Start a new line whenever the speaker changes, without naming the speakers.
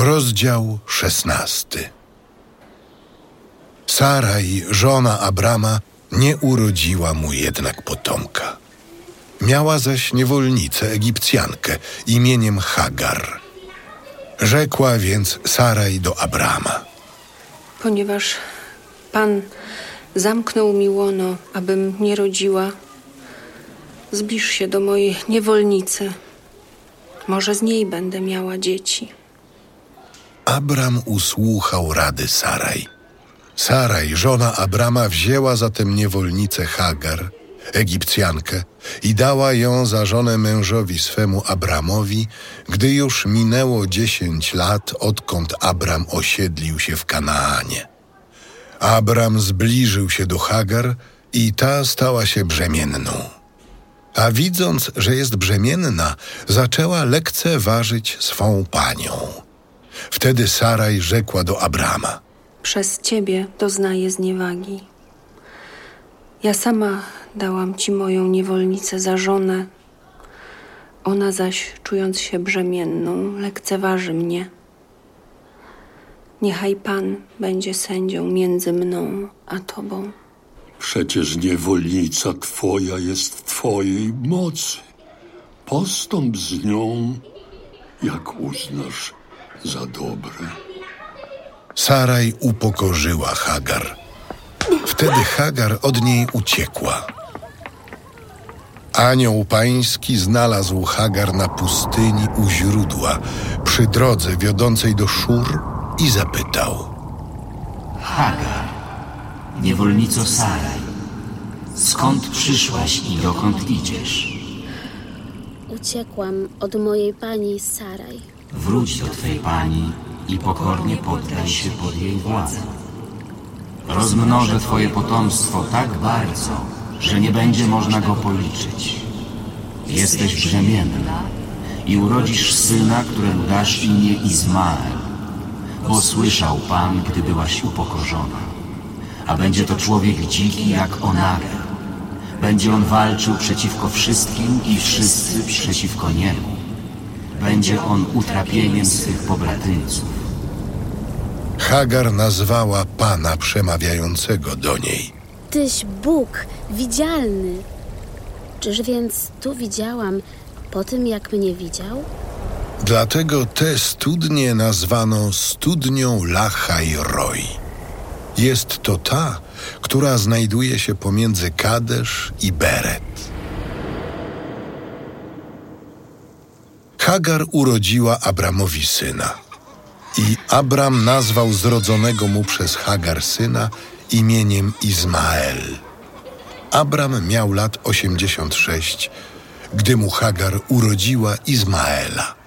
Rozdział 16. Saraj, żona Abrama, nie urodziła mu jednak potomka. Miała zaś niewolnicę Egipcjankę imieniem Hagar. Rzekła więc Saraj do Abrama:
Ponieważ Pan zamknął mi łono, abym nie rodziła, zbliż się do mojej niewolnicy. Może z niej będę miała dzieci.
Abram usłuchał rady Saraj. Saraj, żona Abrama, wzięła zatem niewolnicę Hagar, Egipcjankę, i dała ją za żonę mężowi swemu Abramowi, gdy już minęło 10 lat, odkąd Abram osiedlił się w Kanaanie. Abram zbliżył się do Hagar i ta stała się brzemienną. A widząc, że jest brzemienna, zaczęła lekceważyć swą panią. Wtedy Saraj rzekła do Abrama:
Przez ciebie doznaję zniewagi. Ja sama dałam ci moją niewolnicę za żonę. Ona zaś, czując się brzemienną, lekceważy mnie. Niechaj Pan będzie sędzią między mną a tobą.
Przecież niewolnica twoja jest w twojej mocy. Postąp z nią, jak uznasz za dobre.
Saraj upokorzyła Hagar. Wtedy Hagar od niej uciekła. Anioł pański znalazł Hagar na pustyni u źródła, przy drodze wiodącej do Szur, i zapytał:
Hagar, niewolnico Saraj, skąd przyszłaś i dokąd idziesz?
Uciekłam od mojej pani Saraj.
Wróć do twej pani i pokornie poddaj się pod jej władzę. Rozmnożę twoje potomstwo tak bardzo, że nie będzie można go policzyć. Jesteś brzemienna i urodzisz syna, któremu dasz imię Izmael, bo słyszał Pan, gdy byłaś upokorzona. A będzie to człowiek dziki jak Onager. Będzie on walczył przeciwko wszystkim i wszyscy przeciwko niemu. Będzie on utrapieniem swych pobratyńców.
Hagar nazwała Pana przemawiającego do niej:
Tyś Bóg, widzialny. Czyż więc tu widziałam po tym, jak mnie widział?
Dlatego tę studnię nazwano studnią Lachaj Roi. Jest to ta, która znajduje się pomiędzy Kadesz i Beret. Hagar urodziła Abramowi syna. I Abram nazwał zrodzonego mu przez Hagar syna imieniem Izmael. Abram miał lat 86, gdy mu Hagar urodziła Izmaela.